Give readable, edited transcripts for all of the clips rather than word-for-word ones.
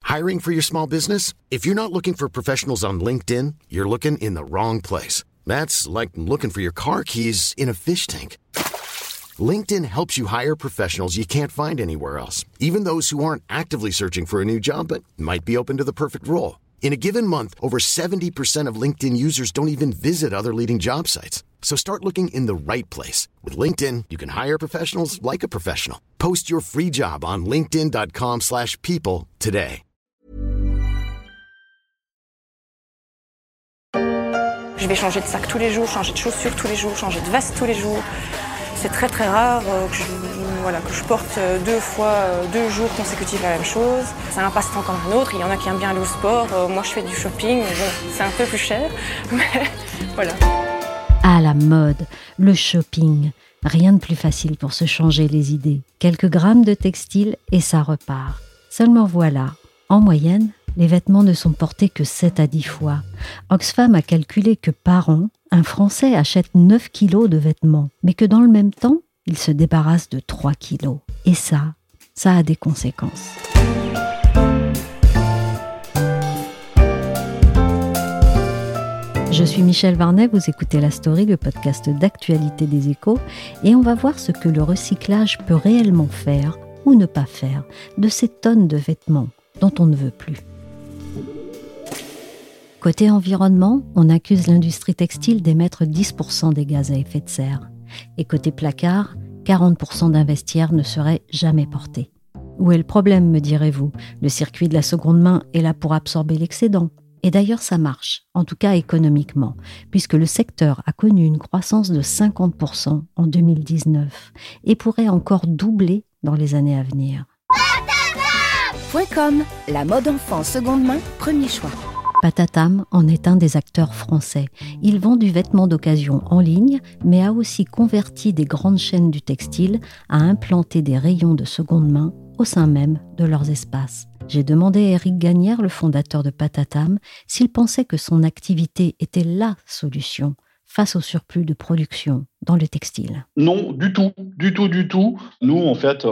Hiring for your small business? If you're not looking for professionals on LinkedIn, you're looking in the wrong place. That's like looking for your car keys in a fish tank. LinkedIn helps you hire professionals you can't find anywhere else, even those who aren't actively searching for a new job but might be open to the perfect role. In a given month, over 70% of LinkedIn users don't even visit other leading job sites. So start looking in the right place. With LinkedIn, you can hire professionals like a professional. Post your free job on linkedin.com/people today. Je vais changer de sac tous les jours, changer de chaussures tous les jours, changer de veste tous les jours. C'est très très rare que je porte 2 jours consécutifs la même chose. C'est un passe-temps comme un autre. Il y en a qui aiment bien aller au sport. Moi, je fais du shopping. Bon, c'est un peu plus cher, mais voilà. À la mode, le shopping. Rien de plus facile pour se changer les idées. Quelques grammes de textile et ça repart. Seulement voilà, en moyenne, les vêtements ne sont portés que 7 à 10 fois. Oxfam a calculé que par an, un Français achète 9 kilos de vêtements, mais que dans le même temps, il se débarrasse de 3 kilos. Et ça a des conséquences. Je suis Michel Varnet, vous écoutez La Story, le podcast d'actualité des Échos, et on va voir ce que le recyclage peut réellement faire ou ne pas faire de ces tonnes de vêtements dont on ne veut plus. Côté environnement, on accuse l'industrie textile d'émettre 10% des gaz à effet de serre. Et côté placard, 40% d'un vestiaire ne serait jamais porté. Où est le problème, me direz-vous ? Le circuit de la seconde main est là pour absorber l'excédent. Et d'ailleurs, ça marche, en tout cas économiquement, puisque le secteur a connu une croissance de 50% en 2019 et pourrait encore doubler dans les années à venir. .com, la mode enfant seconde main, premier choix. Patatam en est un des acteurs français. Il vend du vêtement d'occasion en ligne, mais a aussi converti des grandes chaînes du textile à implanter des rayons de seconde main au sein même de leurs espaces. J'ai demandé à Eric Gagnère, le fondateur de Patatam, s'il pensait que son activité était la solution face au surplus de production dans le textile. Non, du tout. Nous, en fait,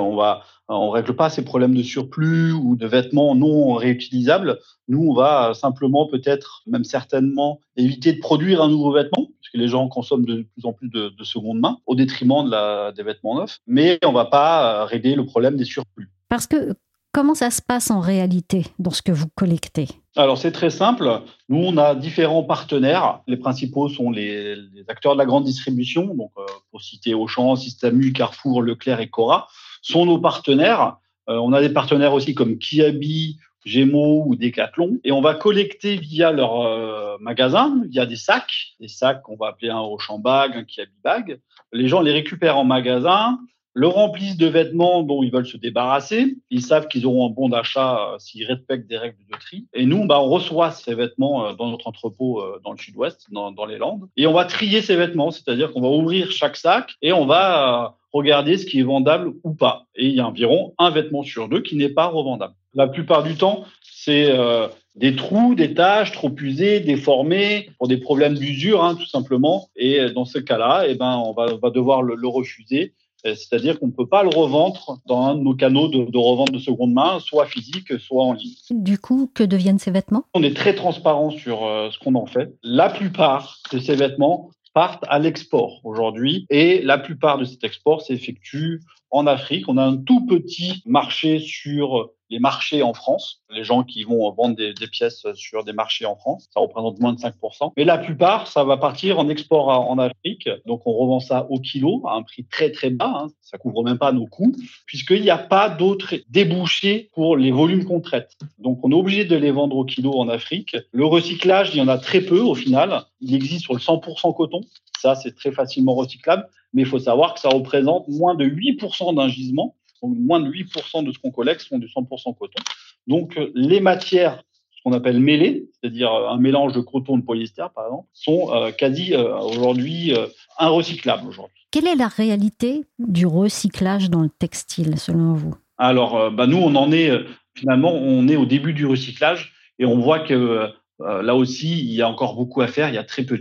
on règle pas ces problèmes de surplus ou de vêtements non réutilisables. Nous, on va simplement peut-être, même certainement, éviter de produire un nouveau vêtement, puisque les gens consomment de plus en plus de seconde main, au détriment des vêtements neufs. Mais on va pas régler le problème des surplus. Parce que comment ça se passe en réalité dans ce que vous collectez ? Alors, c'est très simple. Nous, on a différents partenaires. Les principaux sont les acteurs de la grande distribution. Donc, pour citer Auchan, Système U, Carrefour, Leclerc et Cora, sont nos partenaires. On a des partenaires aussi comme Kiabi, Gémeaux ou Decathlon. Et on va collecter via leur magasin, via des sacs qu'on va appeler un Auchan Bag, un Kiabi Bag. Les gens les récupèrent en magasin, le remplissent de vêtements dont ils veulent se débarrasser. Ils savent qu'ils auront un bon d'achat s'ils respectent des règles de tri. Et nous, on reçoit ces vêtements dans notre entrepôt dans le sud-ouest, dans les Landes. Et on va trier ces vêtements, c'est-à-dire qu'on va ouvrir chaque sac et on va regarder ce qui est vendable ou pas. Et il y a environ un vêtement sur 2 qui n'est pas revendable. La plupart du temps, c'est des trous, des taches trop usées, déformées, pour des problèmes d'usure, tout simplement. Et dans ce cas-là, on va devoir le refuser. C'est-à-dire qu'on ne peut pas le revendre dans un de nos canaux de revente de seconde main, soit physique, soit en ligne. Du coup, que deviennent ces vêtements ? On est très transparent sur ce qu'on en fait. La plupart de ces vêtements partent à l'export aujourd'hui et la plupart de cet export s'effectue en Afrique. On a un tout petit marché sur les marchés en France, les gens qui vont vendre des pièces sur des marchés en France, ça représente moins de 5%. Mais la plupart, ça va partir en export en Afrique. Donc, on revend ça au kilo à un prix très, très bas. Ça couvre même pas nos coûts puisqu'il n'y a pas d'autres débouchés pour les volumes qu'on traite. Donc, on est obligé de les vendre au kilo en Afrique. Le recyclage, il y en a très peu au final. Il existe sur le 100% coton. Ça, c'est très facilement recyclable. Mais il faut savoir que ça représente moins de 8% d'un gisement. Donc, moins de 8% de ce qu'on collecte sont du 100% coton. Donc, les matières, ce qu'on appelle mêlées, c'est-à-dire un mélange de coton et de polyester, par exemple, sont quasi aujourd'hui inrecyclables aujourd'hui. Quelle est la réalité du recyclage dans le textile, selon vous ? Alors, nous, on en est, finalement, on est au début du recyclage et on voit que là aussi, il y a encore beaucoup à faire, il y a très peu de choses.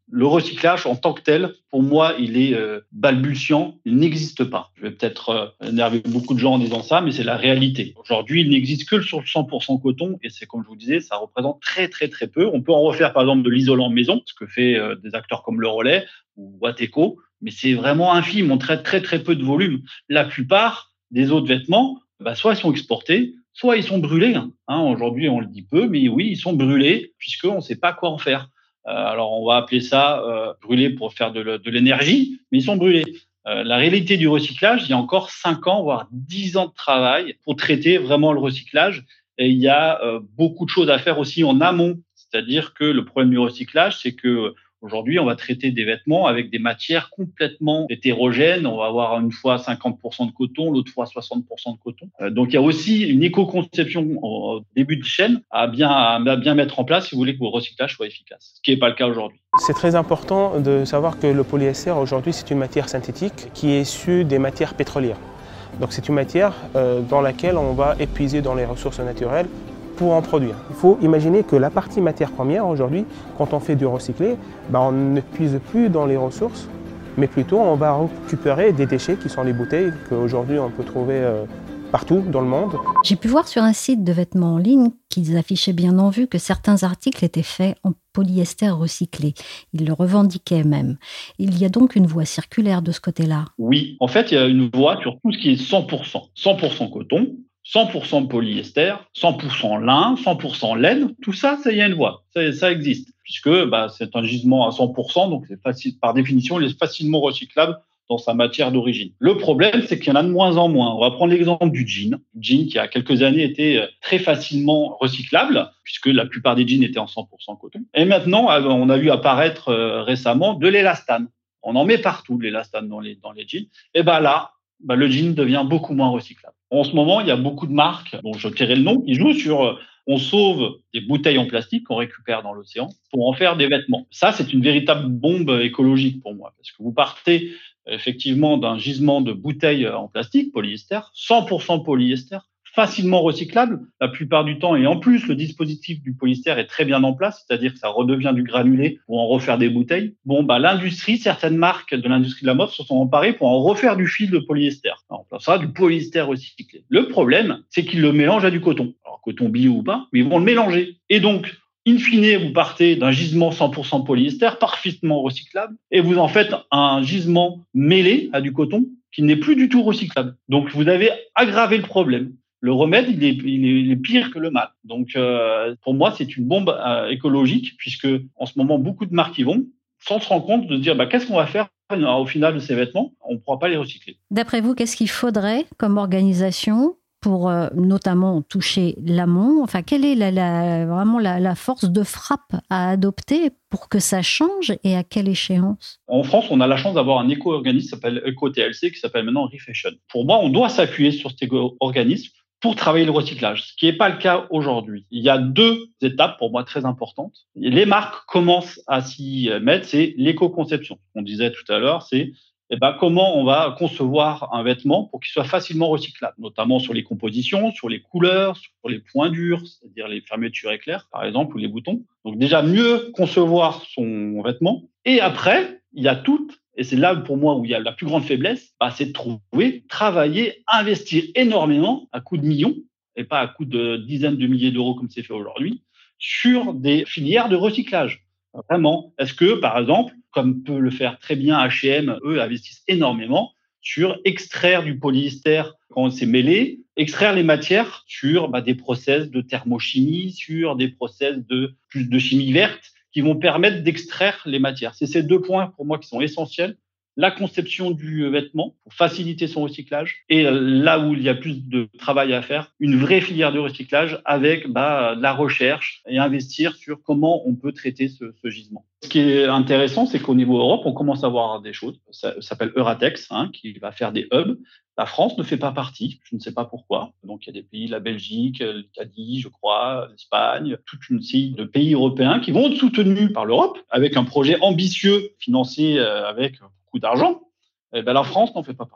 Le recyclage en tant que tel, pour moi, il est balbutiant, il n'existe pas. Je vais peut-être énerver beaucoup de gens en disant ça, mais c'est la réalité. Aujourd'hui, il n'existe que sur le 100% coton, et c'est comme je vous disais, ça représente très très très peu. On peut en refaire par exemple de l'isolant maison, ce que fait des acteurs comme Le Relais ou Wateco, mais c'est vraiment infime, on traite très très peu de volume. La plupart des autres vêtements, soit ils sont exportés, soit ils sont brûlés. Aujourd'hui, on le dit peu, mais oui, ils sont brûlés puisqu'on ne sait pas quoi en faire. Alors, on va appeler ça brûler pour faire de l'énergie, mais ils sont brûlés. La réalité du recyclage, il y a encore 5 ans, voire 10 ans de travail pour traiter vraiment le recyclage. Et il y a beaucoup de choses à faire aussi en amont. C'est-à-dire que le problème du recyclage, c'est que aujourd'hui, on va traiter des vêtements avec des matières complètement hétérogènes. On va avoir une fois 50% de coton, l'autre fois 60% de coton. Donc, il y a aussi une éco-conception au début de chaîne à bien mettre en place si vous voulez que vos recyclages soient efficaces, ce qui n'est pas le cas aujourd'hui. C'est très important de savoir que le polyester, aujourd'hui, c'est une matière synthétique qui est issue des matières pétrolières. Donc, c'est une matière dans laquelle on va épuiser dans les ressources naturelles pour en produire. Il faut imaginer que la partie matière première aujourd'hui, quand on fait du recyclé, on ne puise plus dans les ressources, mais plutôt on va récupérer des déchets qui sont les bouteilles qu'aujourd'hui on peut trouver partout dans le monde. J'ai pu voir sur un site de vêtements en ligne qu'ils affichaient bien en vue que certains articles étaient faits en polyester recyclé. Ils le revendiquaient même. Il y a donc une voie circulaire de ce côté-là. Oui, en fait, il y a une voie sur tout ce qui est 100%. 100% coton, 100% polyester, 100% lin, 100% laine, tout ça, il y a une voie, ça existe, puisque c'est un gisement à 100%, donc c'est facile, par définition, il est facilement recyclable dans sa matière d'origine. Le problème, c'est qu'il y en a de moins en moins. On va prendre l'exemple du jean. Le jean qui, il y a quelques années, était très facilement recyclable, puisque la plupart des jeans étaient en 100% coton. Et maintenant, on a vu apparaître récemment de l'élastane. On en met partout, de l'élastane dans les jeans. Et là, le jean devient beaucoup moins recyclable. En ce moment, il y a beaucoup de marques, dont je tairai le nom, qui jouent sur on sauve des bouteilles en plastique qu'on récupère dans l'océan pour en faire des vêtements. Ça, c'est une véritable bombe écologique pour moi, parce que vous partez effectivement d'un gisement de bouteilles en plastique, polyester, 100% polyester, facilement recyclable la plupart du temps. Et en plus, le dispositif du polyester est très bien en place, c'est-à-dire que ça redevient du granulé pour en refaire des bouteilles. L'industrie, certaines marques de l'industrie de la mode se sont emparées pour en refaire du fil de polyester. Alors, ça, du polyester recyclé. Le problème, c'est qu'ils le mélangent à du coton. Alors, coton bio ou pas, mais ils vont le mélanger. Et donc, in fine, vous partez d'un gisement 100% polyester, parfaitement recyclable, et vous en faites un gisement mêlé à du coton qui n'est plus du tout recyclable. Donc, vous avez aggravé le problème. Le remède, il est pire que le mal. Donc, pour moi, c'est une bombe écologique, puisque en ce moment, beaucoup de marques y vont, sans se rendre compte de se dire qu'est-ce qu'on va faire au final de ces vêtements. On ne pourra pas les recycler. D'après vous, qu'est-ce qu'il faudrait comme organisation pour notamment toucher l'amont? Enfin, quelle est vraiment la force de frappe à adopter pour que ça change et à quelle échéance? En France, on a la chance d'avoir un éco-organisme qui s'appelle EcoTLC, qui s'appelle maintenant Refashion. Pour moi, on doit s'appuyer sur cet éco-organisme pour travailler le recyclage, ce qui n'est pas le cas aujourd'hui. Il y a 2 étapes pour moi très importantes. Les marques commencent à s'y mettre, c'est l'éco-conception. On disait tout à l'heure, c'est comment on va concevoir un vêtement pour qu'il soit facilement recyclable, notamment sur les compositions, sur les couleurs, sur les points durs, c'est-à-dire les fermetures éclairs, par exemple, ou les boutons. Donc déjà, mieux concevoir son vêtement. Et après, il y a et c'est là pour moi où il y a la plus grande faiblesse, c'est de trouver, travailler, investir énormément à coût de millions, et pas à coût de dizaines de milliers d'euros comme c'est fait aujourd'hui, sur des filières de recyclage. Vraiment, est-ce que, par exemple, comme peut le faire très bien H&M, eux investissent énormément sur extraire du polyester quand c'est mêlé, extraire les matières sur des process de thermochimie, sur des process de chimie verte qui vont permettre d'extraire les matières. C'est ces 2 points pour moi qui sont essentiels. La conception du vêtement pour faciliter son recyclage et là où il y a plus de travail à faire, une vraie filière de recyclage avec de la recherche et investir sur comment on peut traiter ce gisement. Ce qui est intéressant, c'est qu'au niveau Europe, on commence à voir des choses. Ça s'appelle Euratex, qui va faire des hubs. La France ne fait pas partie, je ne sais pas pourquoi. Donc, il y a des pays, la Belgique, l'Italie, je crois, l'Espagne, toute une série de pays européens qui vont être soutenus par l'Europe avec un projet ambitieux financé avec beaucoup d'argent. La France n'en fait pas partie.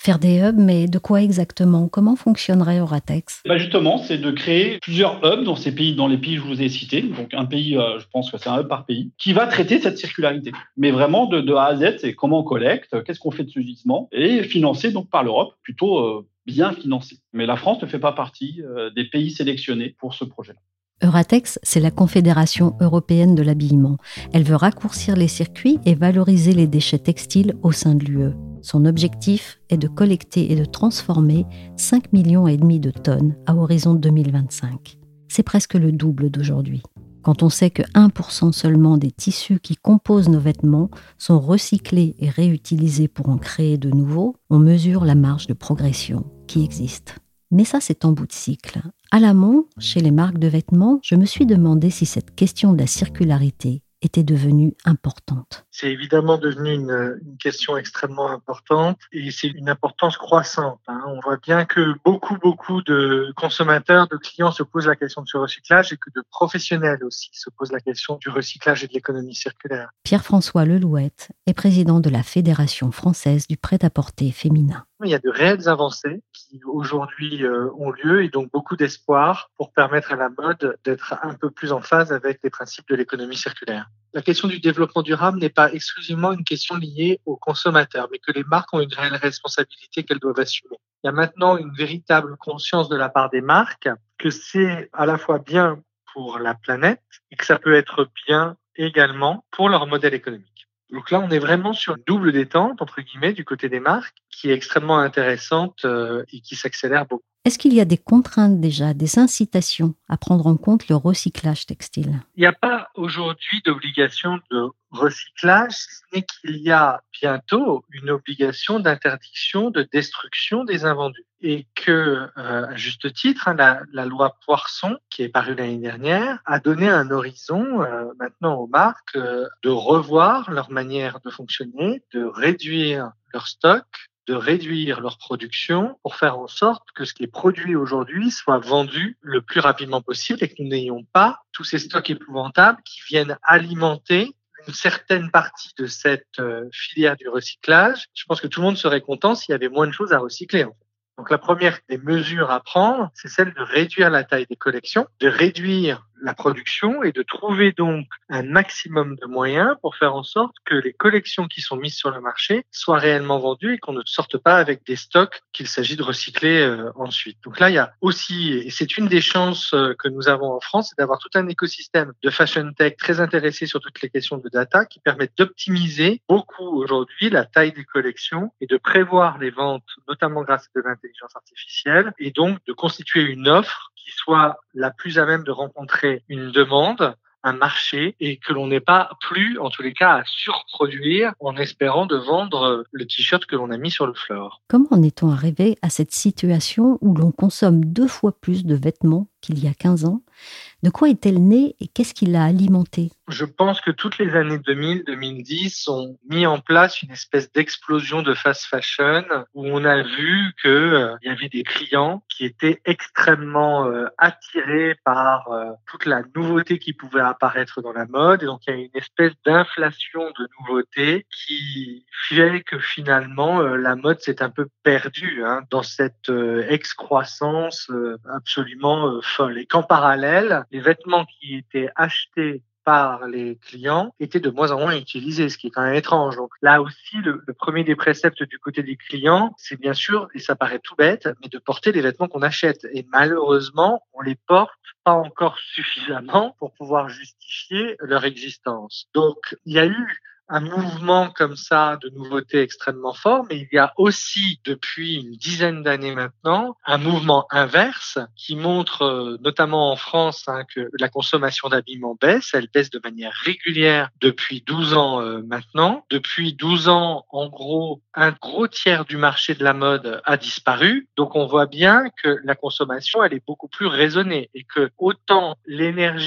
Faire des hubs, mais de quoi exactement? Comment fonctionnerait Euratex? Justement, c'est de créer plusieurs hubs dans les pays que je vous ai cités. Donc un pays, je pense que c'est un hub par pays, qui va traiter cette circularité. Mais vraiment de A à Z, c'est comment on collecte, qu'est-ce qu'on fait de ce gisement, et financé donc par l'Europe, plutôt bien financé. Mais la France ne fait pas partie des pays sélectionnés pour ce projet. Euratex, c'est la Confédération européenne de l'habillement. Elle veut raccourcir les circuits et valoriser les déchets textiles au sein de l'UE. Son objectif est de collecter et de transformer 5,5 millions de tonnes à horizon 2025. C'est presque le double d'aujourd'hui. Quand on sait que 1% seulement des tissus qui composent nos vêtements sont recyclés et réutilisés pour en créer de nouveaux, on mesure la marge de progression qui existe. Mais ça, c'est en bout de cycle. À l'amont, chez les marques de vêtements, je me suis demandé si cette question de la circularité était devenue importante. C'est évidemment devenu une question extrêmement importante et c'est une importance croissante. On voit bien que beaucoup de consommateurs, de clients se posent la question de ce recyclage et que de professionnels aussi se posent la question du recyclage et de l'économie circulaire. Pierre-François Lelouette est président de la Fédération française du prêt-à-porter féminin. Il y a de réelles avancées qui aujourd'hui ont lieu et donc beaucoup d'espoir pour permettre à la mode d'être un peu plus en phase avec les principes de l'économie circulaire. La question du développement durable n'est pas exclusivement une question liée aux consommateurs, mais que les marques ont une réelle responsabilité qu'elles doivent assumer. Il y a maintenant une véritable conscience de la part des marques que c'est à la fois bien pour la planète et que ça peut être bien également pour leur modèle économique. Donc là, on est vraiment sur une double détente, entre guillemets, du côté des marques, qui est extrêmement intéressante et qui s'accélère beaucoup. Est-ce qu'il y a des contraintes déjà, des incitations à prendre en compte le recyclage textile? Il n'y a pas aujourd'hui d'obligation de recyclage, si ce n'est qu'il y a bientôt une obligation d'interdiction de destruction des invendus. Et que, à juste titre, la loi Poirson, qui est parue l'année dernière, a donné un horizon maintenant aux marques de revoir leur manière de fonctionner, de réduire leur stock, de réduire leur production pour faire en sorte que ce qui est produit aujourd'hui soit vendu le plus rapidement possible et que nous n'ayons pas tous ces stocks épouvantables qui viennent alimenter une certaine partie de cette filière du recyclage. Je pense que tout le monde serait content s'il y avait moins de choses à recycler, en fait. Donc la première des mesures à prendre, c'est celle de réduire la taille des collections, de réduire la production et de trouver donc un maximum de moyens pour faire en sorte que les collections qui sont mises sur le marché soient réellement vendues et qu'on ne sorte pas avec des stocks qu'il s'agit de recycler ensuite. Donc là, il y a aussi, et c'est une des chances que nous avons en France, c'est d'avoir tout un écosystème de fashion tech très intéressé sur toutes les questions de data qui permettent d'optimiser beaucoup aujourd'hui la taille des collections et de prévoir les ventes, notamment grâce à de l'intelligence artificielle, et donc de constituer une offre qui soit la plus à même de rencontrer une demande, un marché, et que l'on n'ait pas plus, en tous les cas, à surproduire en espérant de vendre le t-shirt que l'on a mis sur le floor. Comment en est-on arrivé à cette situation où l'on consomme 2 fois plus de vêtements qu'il y a 15 ans? De quoi est-elle née et qu'est-ce qui l'a alimentée? Je pense que toutes les années 2000-2010 ont mis en place une espèce d'explosion de fast fashion où on a vu que il y avait des clients qui étaient extrêmement attirés par toute la nouveauté qui pouvait apparaître dans la mode. Et donc, il y a une espèce d'inflation de nouveautés qui fait que finalement, la mode s'est un peu perdue dans cette excroissance absolument folle. Et qu'en parallèle, les vêtements qui étaient achetés par les clients étaient de moins en moins utilisés, ce qui est quand même étrange. Donc là aussi, le premier des préceptes du côté des clients, c'est bien sûr, et ça paraît tout bête, mais de porter les vêtements qu'on achète. Et malheureusement, on les porte pas encore suffisamment pour pouvoir justifier leur existence. Donc, il y a eu un mouvement comme ça de nouveautés extrêmement fort, mais il y a aussi, depuis une dizaine d'années maintenant, un mouvement inverse qui montre, notamment en France, que la consommation d'habillement baisse. Elle baisse de manière régulière depuis 12 ans maintenant. Depuis 12 ans, en gros, un gros tiers du marché de la mode a disparu. Donc, on voit bien que la consommation, elle est beaucoup plus raisonnée et que autant l'énergie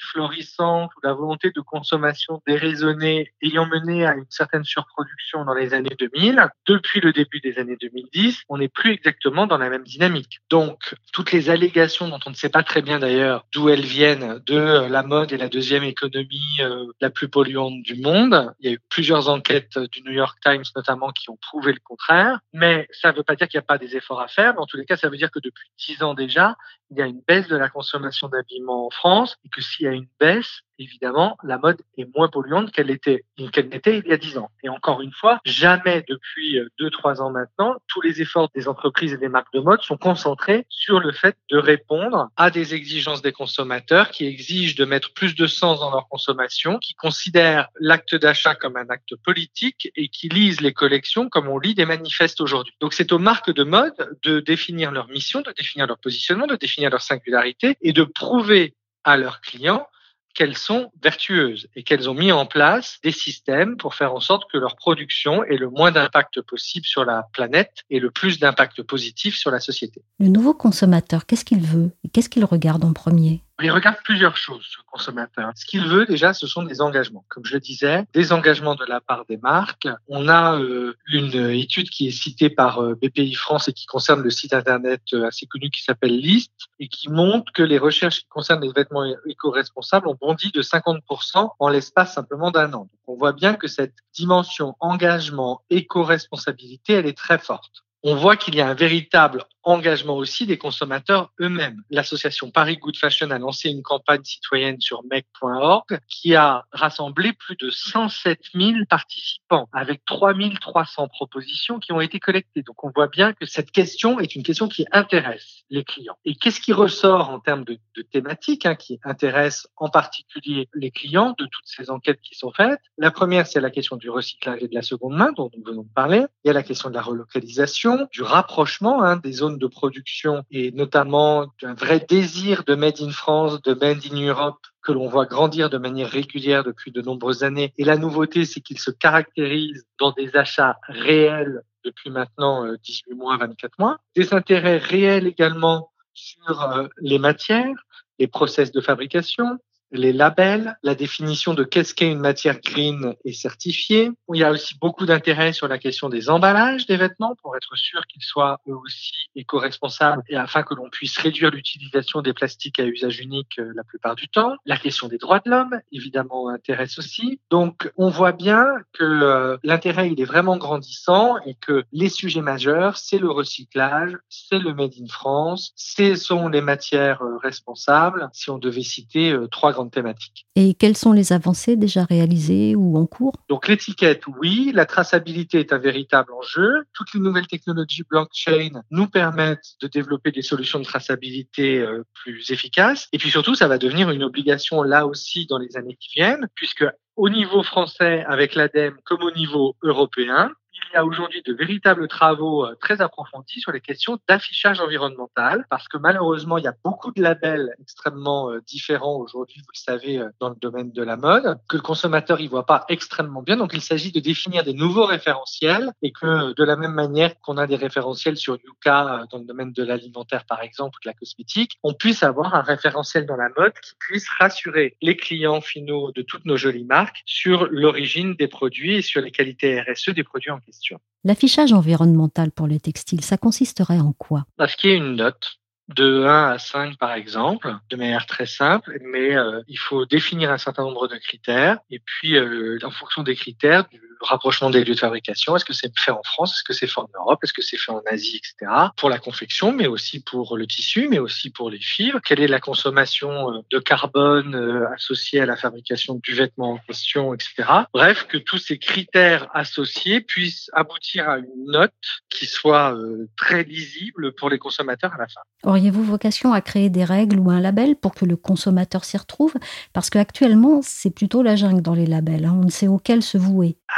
florissante ou la volonté de consommation déraisonnée ayant mené à une certaine surproduction dans les années 2000, depuis le début des années 2010, on n'est plus exactement dans la même dynamique. Donc, toutes les allégations dont on ne sait pas très bien d'ailleurs d'où elles viennent, de la mode est la deuxième économie la plus polluante du monde. Il y a eu plusieurs enquêtes du New York Times notamment qui ont prouvé le contraire. Mais ça ne veut pas dire qu'il n'y a pas des efforts à faire. Mais en tous les cas, ça veut dire que depuis 10 ans déjà, il y a une baisse de la consommation d'habillement en France et que s'il y a une baisse, évidemment, la mode est moins polluante qu'elle n'était il y a 10 ans. Et encore une fois, jamais depuis 2-3 ans maintenant, tous les efforts des entreprises et des marques de mode sont concentrés sur le fait de répondre à des exigences des consommateurs qui exigent de mettre plus de sens dans leur consommation, qui considèrent l'acte d'achat comme un acte politique et qui lisent les collections comme on lit des manifestes aujourd'hui. Donc c'est aux marques de mode de définir leur mission, de définir leur positionnement, de définir leur singularité et de prouver à leurs clients qu'elles sont vertueuses et qu'elles ont mis en place des systèmes pour faire en sorte que leur production ait le moins d'impact possible sur la planète et le plus d'impact positif sur la société. Le nouveau consommateur, qu'est-ce qu'il veut et qu'est-ce qu'il regarde en premier ? Il regarde plusieurs choses, ce consommateur. Ce qu'il veut déjà, ce sont des engagements. Comme je le disais, des engagements de la part des marques. On a une étude qui est citée par BPI France et qui concerne le site internet assez connu qui s'appelle List et qui montre que les recherches qui concernent les vêtements éco-responsables ont bondi de 50% en l'espace simplement d'un an. Donc on voit bien que cette dimension engagement, éco-responsabilité, elle est très forte. On voit qu'il y a un véritable engagement aussi des consommateurs eux-mêmes. L'association Paris Good Fashion a lancé une campagne citoyenne sur make.org qui a rassemblé plus de 107 000 participants avec 3 300 propositions qui ont été collectées. Donc on voit bien que cette question est une question qui intéresse les clients. Et qu'est-ce qui ressort en termes de thématiques qui intéresse en particulier les clients de toutes ces enquêtes qui sont faites? La première, c'est la question du recyclage et de la seconde main dont nous venons de parler. Il y a la question de la relocalisation, du rapprochement des zones de production et notamment d'un vrai désir de Made in France, de Made in Europe que l'on voit grandir de manière régulière depuis de nombreuses années. Et la nouveauté, c'est qu'il se caractérise dans des achats réels depuis maintenant 18 mois, 24 mois. Des intérêts réels également sur les matières, les process de fabrication, les labels, la définition de qu'est-ce qu'est une matière green et certifiée. Il y a aussi beaucoup d'intérêt sur la question des emballages des vêtements pour être sûr qu'ils soient eux aussi éco-responsables et afin que l'on puisse réduire l'utilisation des plastiques à usage unique la plupart du temps. La question des droits de l'homme, évidemment, intéresse aussi. Donc, on voit bien que l'intérêt, il est vraiment grandissant et que les sujets majeurs, c'est le recyclage, c'est le Made in France, ce sont les matières responsables, si on devait citer 3 grandes thématiques. Et quelles sont les avancées déjà réalisées ou en cours? Donc l'étiquette, oui. La traçabilité est un véritable enjeu. Toutes les nouvelles technologies blockchain nous permettent de développer des solutions de traçabilité plus efficaces. Et puis surtout, ça va devenir une obligation là aussi dans les années qui viennent, puisque au niveau français avec l'ADEME comme au niveau européen, il y a aujourd'hui de véritables travaux très approfondis sur les questions d'affichage environnemental, parce que malheureusement, il y a beaucoup de labels extrêmement différents aujourd'hui, vous le savez, dans le domaine de la mode, que le consommateur y voit pas extrêmement bien. Donc, il s'agit de définir des nouveaux référentiels et que de la même manière qu'on a des référentiels sur Yuka dans le domaine de l'alimentaire, par exemple, ou de la cosmétique, on puisse avoir un référentiel dans la mode qui puisse rassurer les clients finaux de toutes nos jolies marques sur l'origine des produits et sur les qualités RSE des produits en question. L'affichage environnemental pour les textiles, ça consisterait en quoi? Parce qu'il y a une note de 1 à 5 par exemple, de manière très simple, mais il faut définir un certain nombre de critères et puis en fonction des critères, du rapprochement des lieux de fabrication, est-ce que c'est fait en France, est-ce que c'est fait en Europe, est-ce que c'est fait en Asie, etc. Pour la confection, mais aussi pour le tissu, mais aussi pour les fibres. Quelle est la consommation de carbone associée à la fabrication du vêtement en question, etc. Bref, que tous ces critères associés puissent aboutir à une note qui soit très lisible pour les consommateurs à la fin. Auriez-vous vocation à créer des règles ou un label pour que le consommateur s'y retrouve? Parce qu'actuellement, c'est plutôt la jungle dans les labels. On ne sait auquel se vouer. À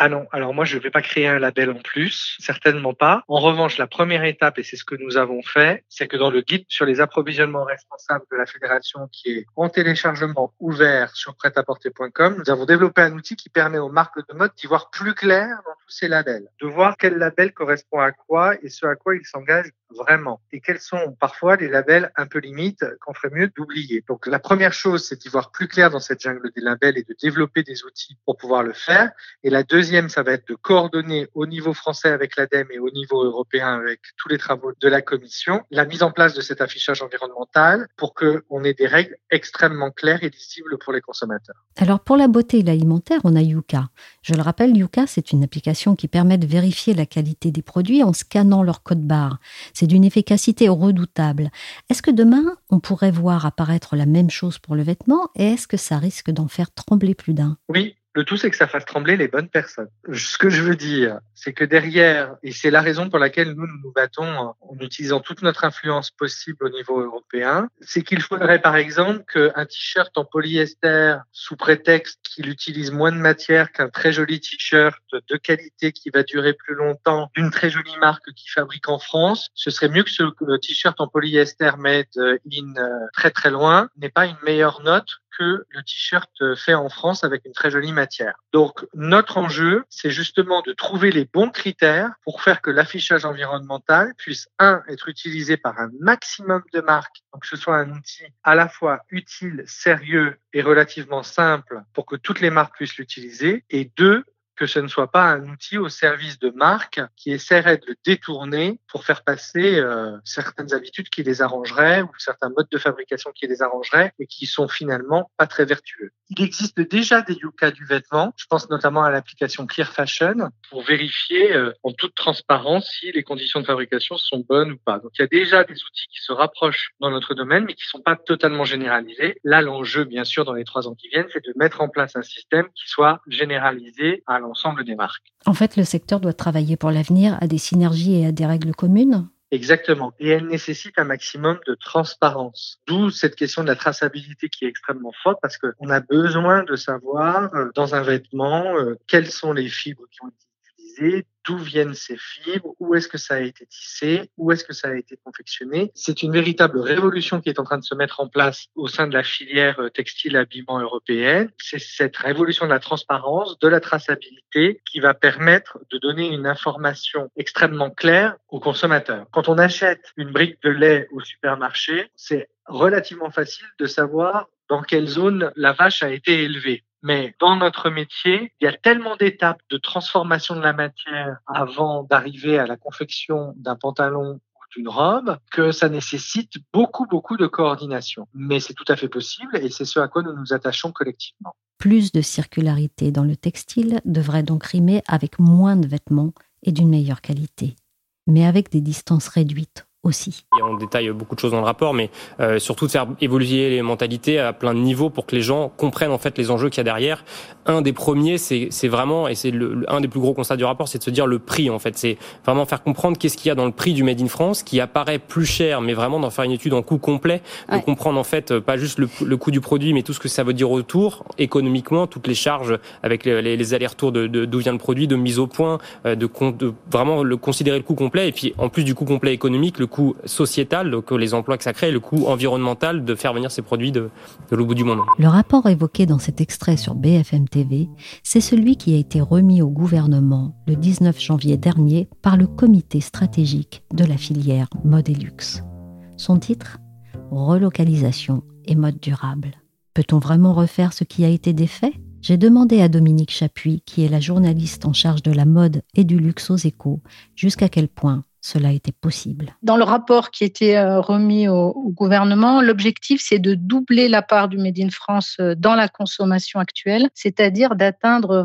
Ah non, alors moi je ne vais pas créer un label en plus, certainement pas. En revanche, la première étape, et c'est ce que nous avons fait, c'est que dans le guide sur les approvisionnements responsables de la Fédération, qui est en téléchargement ouvert sur prêt-à-porter.com, nous avons développé un outil qui permet aux marques de mode d'y voir plus clair dans tous ces labels, de voir quel label correspond à quoi et ce à quoi ils s'engagent vraiment. Et quels sont parfois les labels un peu limites qu'on ferait mieux d'oublier. Donc la première chose, c'est d'y voir plus clair dans cette jungle des labels et de développer des outils pour pouvoir le faire. Et la deuxième, ça va être de coordonner au niveau français avec l'ADEME et au niveau européen avec tous les travaux de la Commission, la mise en place de cet affichage environnemental pour qu'on ait des règles extrêmement claires et lisibles pour les consommateurs. Alors pour la beauté et l'alimentaire, on a Yuka. Je le rappelle, Yuka, c'est une application qui permet de vérifier la qualité des produits en scannant leur code barre. C'est d'une efficacité redoutable. Est-ce que demain, on pourrait voir apparaître la même chose pour le vêtement et est-ce que ça risque d'en faire trembler plus d'un ? Oui. Le tout, c'est que ça fasse trembler les bonnes personnes. Ce que je veux dire, c'est que derrière, et c'est la raison pour laquelle nous nous battons en utilisant toute notre influence possible au niveau européen, c'est qu'il faudrait par exemple qu'un t-shirt en polyester, sous prétexte qu'il utilise moins de matière qu'un très joli t-shirt de qualité qui va durer plus longtemps, d'une très jolie marque qui fabrique en France, ce serait mieux que ce t-shirt en polyester made in très très loin n'ait pas une meilleure note que le t-shirt fait en France avec une très jolie matière. Donc, notre enjeu, c'est justement de trouver les bons critères pour faire que l'affichage environnemental puisse, être utilisé par un maximum de marques, donc que ce soit un outil à la fois utile, sérieux et relativement simple pour que toutes les marques puissent l'utiliser, et deux, que ce ne soit pas un outil au service de marques qui essaieraient de le détourner pour faire passer certaines habitudes qui les arrangeraient ou certains modes de fabrication qui les arrangeraient et qui sont finalement pas très vertueux. Il existe déjà des Yuka du vêtement, je pense notamment à l'application Clear Fashion, pour vérifier en toute transparence si les conditions de fabrication sont bonnes ou pas. Donc il y a déjà des outils qui se rapprochent dans notre domaine mais qui sont pas totalement généralisés. Là, l'enjeu, bien sûr, dans les 3 ans qui viennent, c'est de mettre en place un système qui soit généralisé à l'ensemble des marques. En fait, le secteur doit travailler pour l'avenir à des synergies et à des règles communes. Exactement. Et elle nécessite un maximum de transparence. D'où cette question de la traçabilité qui est extrêmement forte parce qu'on a besoin de savoir dans un vêtement quelles sont les fibres qui ont été utilisées, d'où viennent ces fibres, où est-ce que ça a été tissé, où est-ce que ça a été confectionné. C'est une véritable révolution qui est en train de se mettre en place au sein de la filière textile habillement européenne. C'est cette révolution de la transparence, de la traçabilité qui va permettre de donner une information extrêmement claire aux consommateurs. Quand on achète une brique de lait au supermarché, c'est relativement facile de savoir dans quelle zone la vache a été élevée. Mais dans notre métier, il y a tellement d'étapes de transformation de la matière avant d'arriver à la confection d'un pantalon ou d'une robe que ça nécessite beaucoup de coordination. Mais c'est tout à fait possible et c'est ce à quoi nous nous attachons collectivement. Plus de circularité dans le textile devrait donc rimer avec moins de vêtements et d'une meilleure qualité, mais avec des distances réduites aussi. On détaille beaucoup de choses dans le rapport, mais surtout de faire évoluer les mentalités à plein de niveaux pour que les gens comprennent en fait les enjeux qu'il y a derrière. Un des premiers, c'est vraiment, et c'est un des plus gros constats du rapport, c'est de se dire le prix en fait. C'est vraiment faire comprendre qu'est-ce qu'il y a dans le prix du Made in France, qui apparaît plus cher, mais vraiment d'en faire une étude en coût complet, de comprendre en fait pas juste le coût du produit, mais tout ce que ça veut dire autour, économiquement, toutes les charges avec les allers-retours d'où vient le produit, de mise au point, de vraiment considérer le coût complet, et puis en plus du coût complet économique, le coût sociétal, donc les emplois que ça crée, et le coût environnemental de faire venir ces produits de l'autre bout du monde. Le rapport évoqué dans cet extrait sur BFM TV, c'est celui qui a été remis au gouvernement le 19 janvier dernier par le comité stratégique de la filière mode et luxe. Son titre ? Relocalisation et mode durable. Peut-on vraiment refaire ce qui a été défait ? J'ai demandé à Dominique Chapuis, qui est la journaliste en charge de la mode et du luxe aux Échos, jusqu'à quel point cela était possible. Dans le rapport qui était remis au gouvernement, l'objectif, c'est de doubler la part du Made in France dans la consommation actuelle, c'est-à-dire d'atteindre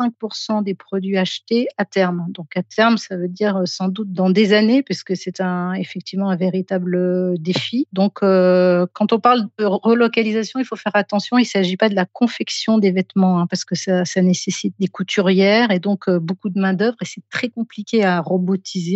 25% des produits achetés à terme. Donc à terme, ça veut dire sans doute dans des années, puisque c'est effectivement un véritable défi. Donc quand on parle de relocalisation, il faut faire attention, il ne s'agit pas de la confection des vêtements, parce que ça nécessite des couturières et donc beaucoup de main-d'œuvre et c'est très compliqué à robotiser la fabrication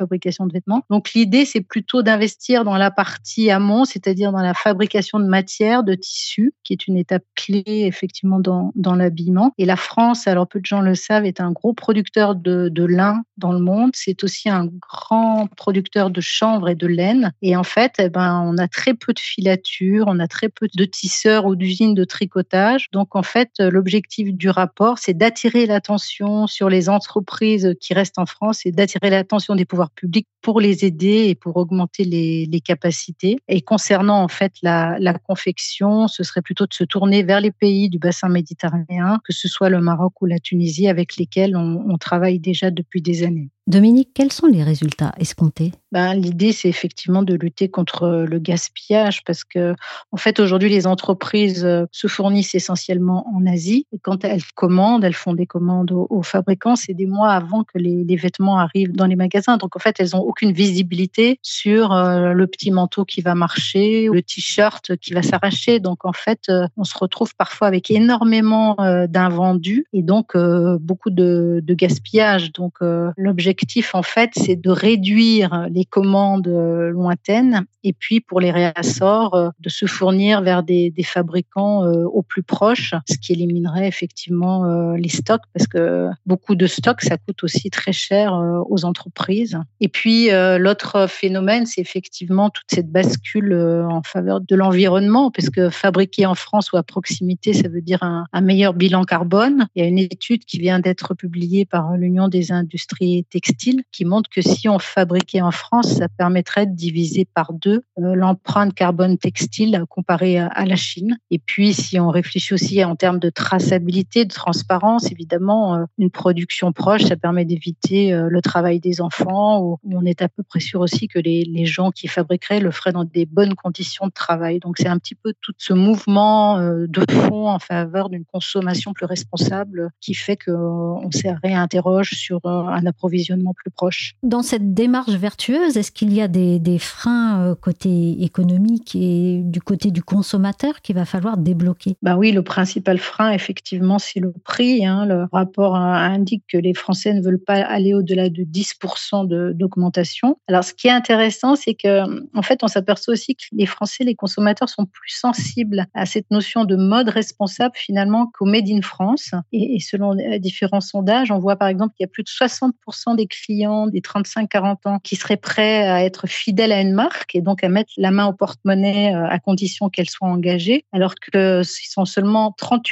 fabrication de vêtements. Donc l'idée, c'est plutôt d'investir dans la partie amont, c'est-à-dire dans la fabrication de matières, de tissus, qui est une étape clé effectivement dans l'habillement. Et la France, alors peu de gens le savent, est un gros producteur de lin dans le monde. C'est aussi un grand producteur de chanvre et de laine. Et en fait, on a très peu de filature, on a très peu de tisseurs ou d'usines de tricotage. Donc en fait, l'objectif du rapport, c'est d'attirer l'attention sur les entreprises qui restent en France et d'attirer l'attention des pouvoirs publics pour les aider et pour augmenter les capacités. Et concernant en fait la confection, ce serait plutôt de se tourner vers les pays du bassin méditerranéen, que ce soit le Maroc ou la Tunisie, avec lesquels on travaille déjà depuis des années. Dominique, quels sont les résultats escomptés ? L'idée, c'est effectivement de lutter contre le gaspillage parce que, en fait, aujourd'hui, les entreprises se fournissent essentiellement en Asie. Et quand elles commandent, elles font des commandes aux fabricants. C'est des mois avant que les vêtements arrivent dans les magasins. Donc, en fait, elles n'ont aucune visibilité sur le petit manteau qui va marcher ou le t-shirt qui va s'arracher. Donc, en fait, on se retrouve parfois avec énormément d'invendus et donc beaucoup de gaspillage. Donc, l'objectif, en fait, c'est de réduire les commandes lointaines et puis pour les réassorts, de se fournir vers des fabricants au plus proche, ce qui éliminerait effectivement les stocks parce que beaucoup de stocks, ça coûte aussi très cher aux entreprises. Et puis l'autre phénomène, c'est effectivement toute cette bascule en faveur de l'environnement parce que fabriquer en France ou à proximité, ça veut dire un meilleur bilan carbone. Il y a une étude qui vient d'être publiée par l'Union des industries textiles qui montre que si on fabriquait en France, ça permettrait de diviser par 2 l'empreinte carbone textile comparée à la Chine. Et puis, si on réfléchit aussi en termes de traçabilité, de transparence, évidemment, une production proche, ça permet d'éviter le travail des enfants. Où on est à peu près sûr aussi que les gens qui fabriqueraient le feraient dans des bonnes conditions de travail. Donc, c'est un petit peu tout ce mouvement de fond en faveur d'une consommation plus responsable qui fait qu'on se réinterroge sur un approvisionnement plus proche. Dans cette démarche vertueuse, est-ce qu'il y a des freins côté économique et du côté du consommateur qu'il va falloir débloquer ? Oui, le principal frein, effectivement, c'est le prix. Le rapport indique que les Français ne veulent pas aller au-delà de 10% d'augmentation. Alors, ce qui est intéressant, c'est qu'en fait, on s'aperçoit aussi que les Français, les consommateurs, sont plus sensibles à cette notion de mode responsable, finalement, qu'au Made in France. Et selon différents sondages, on voit par exemple qu'il y a plus de 60% des clients des 35-40 ans qui seraient prêts à être fidèles à une marque et donc à mettre la main au porte-monnaie à condition qu'elle soit engagée, alors qu'ils sont seulement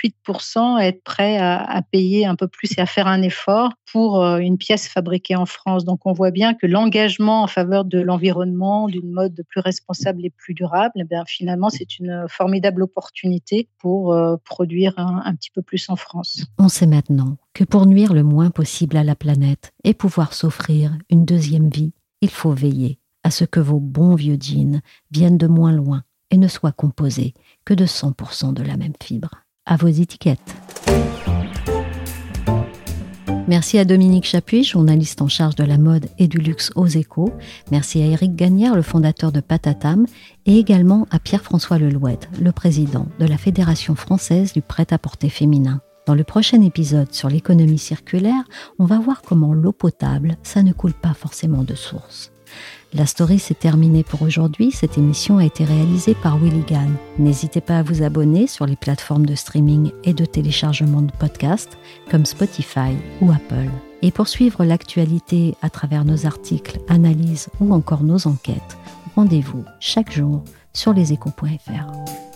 38% à être prêts à payer un peu plus et à faire un effort pour une pièce fabriquée en France. Donc on voit bien que l'engagement en faveur de l'environnement, d'une mode plus responsable et plus durable, finalement c'est une formidable opportunité pour produire un petit peu plus en France. On sait maintenant que pour nuire le moins possible à la planète et pouvoir s'offrir une deuxième vie, il faut veiller à ce que vos bons vieux jeans viennent de moins loin et ne soient composés que de 100% de la même fibre. À vos étiquettes. Merci à Dominique Chapuis, journaliste en charge de la mode et du luxe aux Échos. Merci à Éric Gagnard, le fondateur de Patatam, et également à Pierre-François Leloued, le président de la Fédération française du prêt-à-porter féminin. Dans le prochain épisode sur l'économie circulaire, on va voir comment l'eau potable, ça ne coule pas forcément de source. La story s'est terminée pour aujourd'hui. Cette émission a été réalisée par Willy Gann. N'hésitez pas à vous abonner sur les plateformes de streaming et de téléchargement de podcasts comme Spotify ou Apple. Et pour suivre l'actualité à travers nos articles, analyses ou encore nos enquêtes, rendez-vous chaque jour sur leséchos.fr.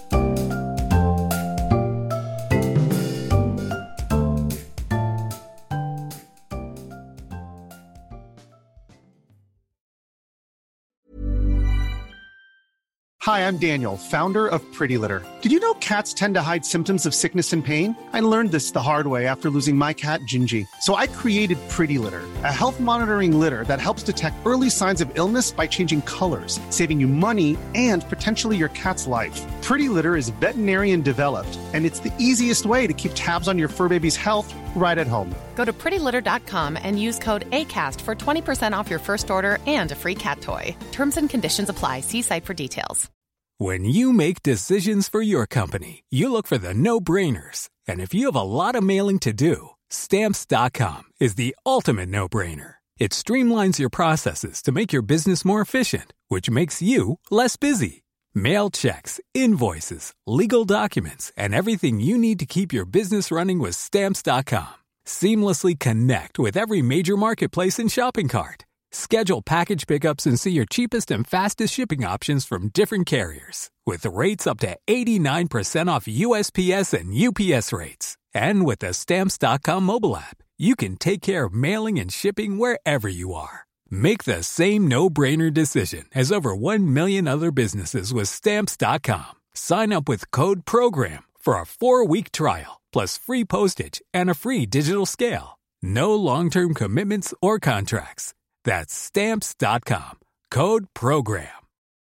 Hi, I'm Daniel, founder of Pretty Litter. Did you know cats tend to hide symptoms of sickness and pain? I learned this the hard way after losing my cat, Gingy. So I created Pretty Litter, a health monitoring litter that helps detect early signs of illness by changing colors, saving you money and potentially your cat's life. Pretty Litter is veterinarian developed, and it's the easiest way to keep tabs on your fur baby's health right at home. Go to prettylitter.com and use code ACAST for 20% off your first order and a free cat toy. Terms and conditions apply. See site for details. When you make decisions for your company, you look for the no-brainers. And if you have a lot of mailing to do, Stamps.com is the ultimate no-brainer. It streamlines your processes to make your business more efficient, which makes you less busy. Mail checks, invoices, legal documents, and everything you need to keep your business running with Stamps.com. Seamlessly connect with every major marketplace and shopping cart. Schedule package pickups and see your cheapest and fastest shipping options from different carriers, with rates up to 89% off USPS and UPS rates. And with the Stamps.com mobile app, you can take care of mailing and shipping wherever you are. Make the same no-brainer decision as over 1 million other businesses with Stamps.com. Sign up with code PROGRAM for a 4-week trial, plus free postage and a free digital scale. No long-term commitments or contracts. That's Stamps.com. Code PROGRAM.